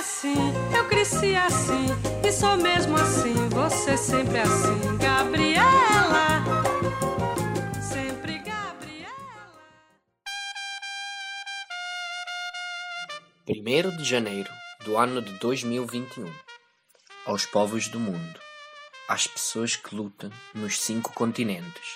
assim, eu cresci assim, e sou mesmo assim, você sempre assim, Gabriela. Sempre Gabriela. 1º de janeiro do ano de 2021. Aos povos do mundo, às pessoas que lutam nos 5 continentes,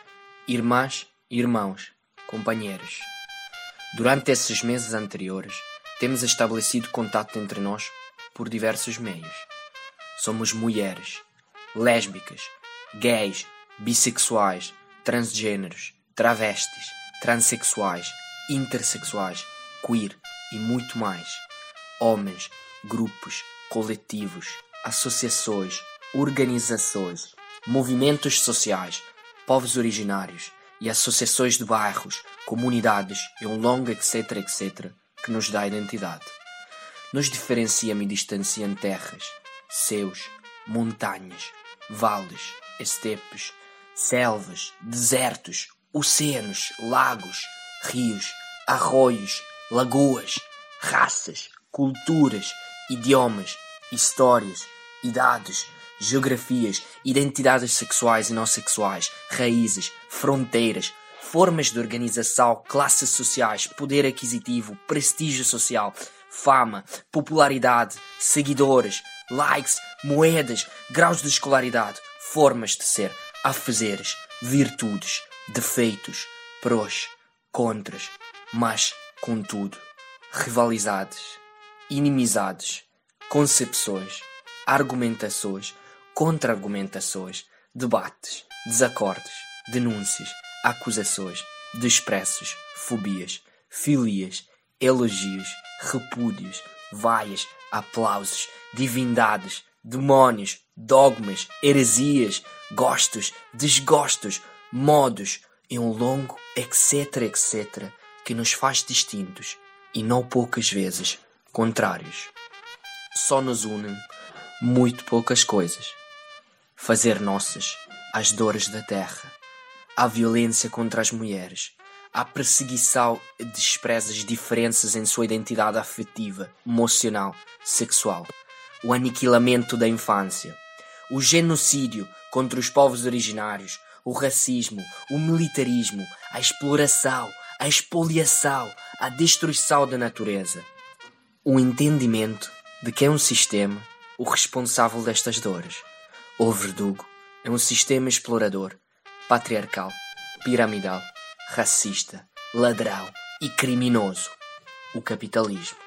irmãs, irmãos, companheiros. Durante esses meses anteriores, temos estabelecido contato entre nós por diversos meios. Somos mulheres, lésbicas, gays, bissexuais, transgêneros, travestis, transexuais, intersexuais, queer e muito mais. Homens, grupos, coletivos, associações, organizações, movimentos sociais, povos originários e associações de bairros, comunidades e um longo etc, que nos dá identidade. Nos diferencia e distancia em terras, céus, montanhas, vales, estepes, selvas, desertos, oceanos, lagos, rios, arroios, lagoas, raças, culturas, idiomas, histórias, idades, geografias, identidades sexuais e não sexuais, raízes, fronteiras, formas de organização, classes sociais, poder aquisitivo, prestígio social, fama, popularidade, seguidores, likes, moedas, graus de escolaridade, formas de ser, afazeres, virtudes, defeitos, prós, contras, mas, contudo, rivalidades, inimizades, concepções, argumentações, contra-argumentações, debates, desacordos, denúncias, acusações, despreços, fobias, filias, elogios, repúdios, vaias, aplausos, divindades, demónios, dogmas, heresias, gostos, desgostos, modos e um longo etc que nos faz distintos e não poucas vezes contrários. Só nos unem muito poucas coisas. Fazer nossas as dores da terra, a violência contra as mulheres, a perseguição e despreza as diferenças em sua identidade afetiva, emocional, sexual, o aniquilamento da infância, o genocídio contra os povos originários, o racismo, o militarismo, a exploração, a expoliação, a destruição da natureza. O entendimento de que é um sistema o responsável destas dores. O verdugo é um sistema explorador, patriarcal, piramidal, racista, ladrão e criminoso. O capitalismo.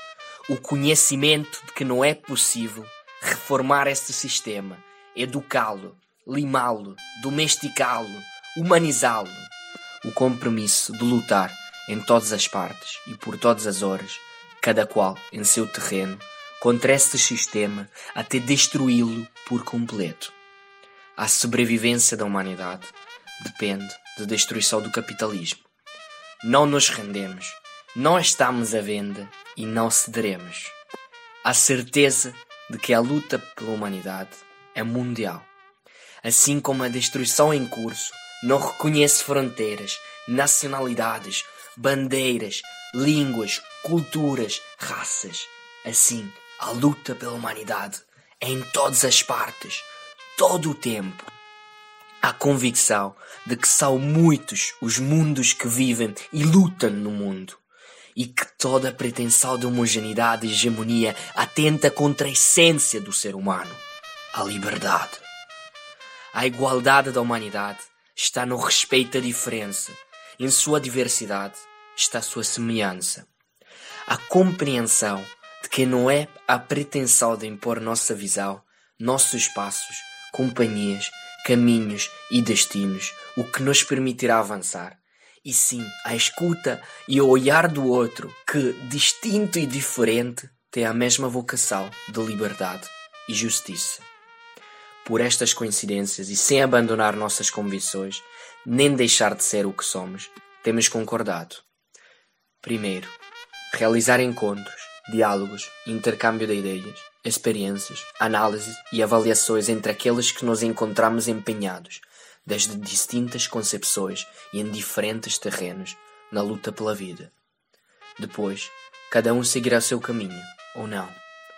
O conhecimento de que não é possível reformar este sistema, educá-lo, limá-lo, domesticá-lo, humanizá-lo. O compromisso de lutar em todas as partes e por todas as horas, cada qual em seu terreno, contra este sistema até destruí-lo por completo. A sobrevivência da humanidade depende da destruição do capitalismo. Não nos rendemos, não estamos à venda e não cederemos. A certeza de que a luta pela humanidade é mundial. Assim como a destruição em curso não reconhece fronteiras, nacionalidades, bandeiras, línguas, culturas, raças. Assim, a luta pela humanidade é em todas as partes, todo o tempo. A convicção de que são muitos os mundos que vivem e lutam no mundo, e que toda a pretensão de homogeneidade e hegemonia atenta contra a essência do ser humano, a liberdade. A igualdade da humanidade está no respeito à diferença, em sua diversidade está a sua semelhança. A compreensão de que não é a pretensão de impor nossa visão, nossos passos, companhias, caminhos e destinos o que nos permitirá avançar, e sim a escuta e o olhar do outro que, distinto e diferente, tem a mesma vocação de liberdade e justiça. Por estas coincidências e sem abandonar nossas convicções, nem deixar de ser o que somos, temos concordado. Primeiro, realizar encontros, diálogos, intercâmbio de ideias, experiências, análises e avaliações entre aqueles que nos encontramos empenhados, desde distintas concepções e em diferentes terrenos, na luta pela vida. Depois, cada um seguirá seu caminho, ou não,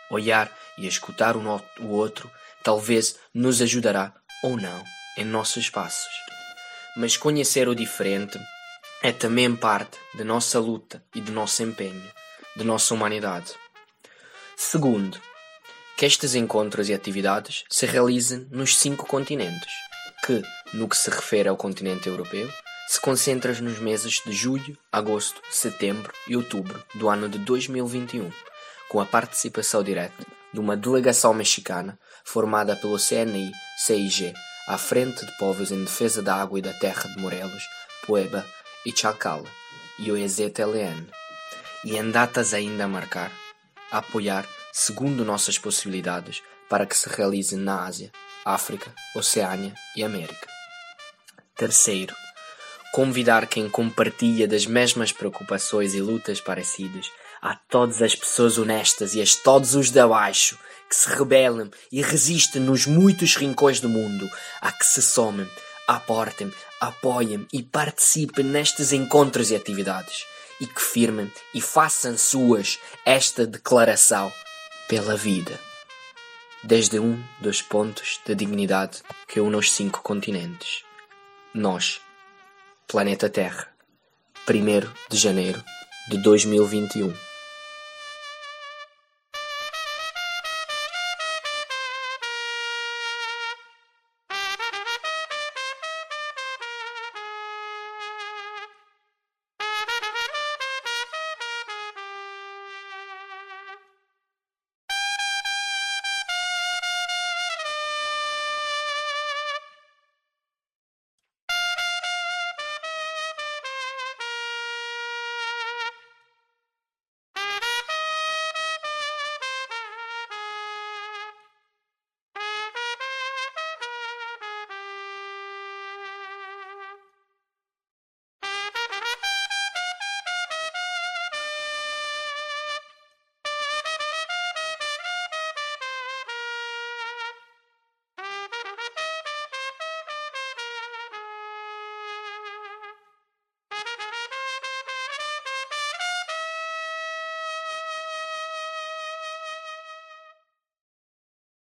Olhar e escutar o outro talvez nos ajudará ou não em nossos passos. Mas conhecer o diferente é também parte da nossa luta e do nosso empenho, da nossa humanidade. Segundo, que estes encontros e atividades se realizem nos 5 continentes, que, no que se refere ao continente europeu, se concentram nos meses de julho, agosto, setembro e outubro do ano de 2021, com a participação direta de uma delegação mexicana formada pelo CNI-CIG, à frente de povos em defesa da água e da terra de Morelos, Puebla e Chalcala, e o EZLN, e em datas ainda a marcar, a apoiar segundo nossas possibilidades para que se realizem na Ásia, África, Oceânia e América. Terceiro, convidar quem compartilha das mesmas preocupações e lutas parecidas, a todas as pessoas honestas e a todos os de abaixo que se rebelem e resistem nos muitos rincões do mundo, a que se somem, aportem, apoiem e participem nestes encontros e atividades, e que firmem e façam suas esta declaração pela vida, desde um dos pontos da dignidade que une os 5 continentes. Nós, planeta Terra, 1º de janeiro de 2021.